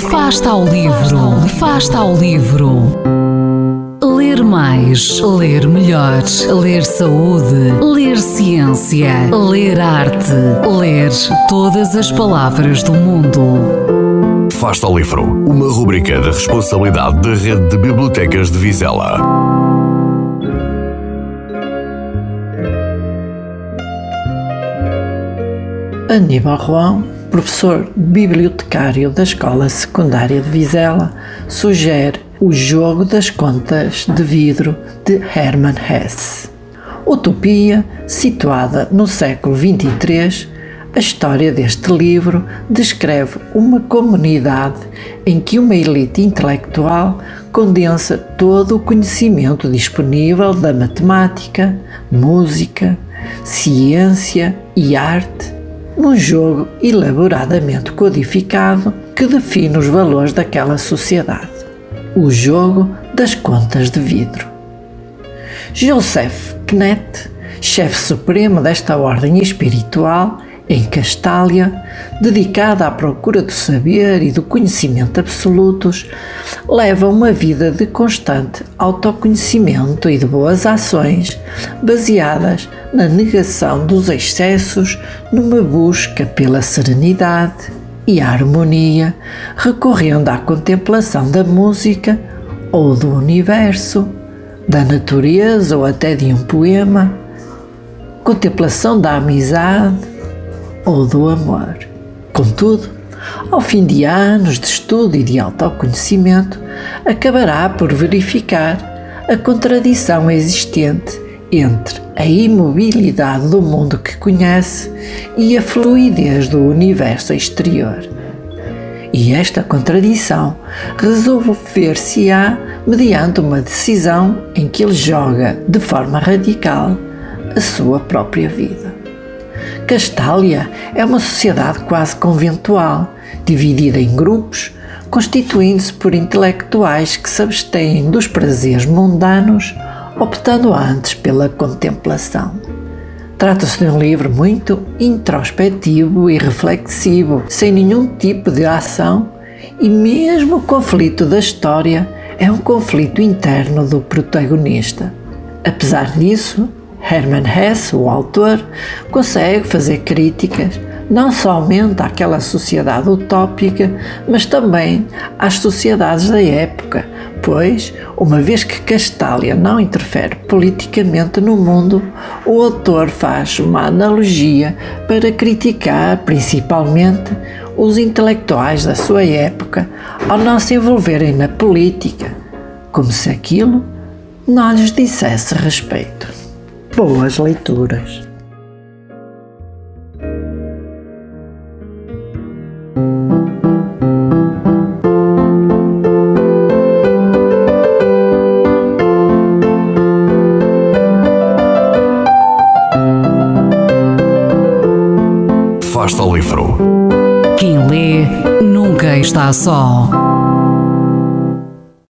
Afasta ao livro, afasta ao livro. Ler mais, ler melhor, ler saúde, ler ciência, ler arte, ler todas as palavras do mundo. Afasta ao livro, uma rubrica da responsabilidade da Rede de Bibliotecas de Vizela. Aníbal Roão, professor bibliotecário da Escola Secundária de Vizela, sugere O Jogo das Contas de Vidro, de Hermann Hesse. Utopia, situada no século XXIII, a história deste livro descreve uma comunidade em que uma elite intelectual condensa todo o conhecimento disponível da matemática, música, ciência e arte num jogo elaboradamente codificado que define os valores daquela sociedade. O jogo das contas de vidro. Joseph Knet, chefe supremo desta ordem espiritual em Castália, dedicada à procura do saber e do conhecimento absolutos, leva uma vida de constante autoconhecimento e de boas ações, baseadas na negação dos excessos, numa busca pela serenidade e a harmonia, recorrendo à contemplação da música ou do universo, da natureza ou até de um poema, contemplação da amizade ou do amor. Contudo, ao fim de anos de estudo e de autoconhecimento, acabará por verificar a contradição existente entre a imobilidade do mundo que conhece e a fluidez do universo exterior. E esta contradição resolver-se-á mediante uma decisão em que ele joga de forma radical a sua própria vida. Castália é uma sociedade quase conventual, dividida em grupos, constituindo-se por intelectuais que se abstêm dos prazeres mundanos, optando antes pela contemplação. Trata-se de um livro muito introspectivo e reflexivo, sem nenhum tipo de ação, e mesmo o conflito da história é um conflito interno do protagonista. Apesar disso, Hermann Hesse, o autor, consegue fazer críticas não somente àquela sociedade utópica, mas também às sociedades da época, pois, uma vez que Castália não interfere politicamente no mundo, o autor faz uma analogia para criticar, principalmente, os intelectuais da sua época ao não se envolverem na política, como se aquilo não lhes dissesse respeito. Boas leituras. Afasta ao livro. Quem lê nunca está só.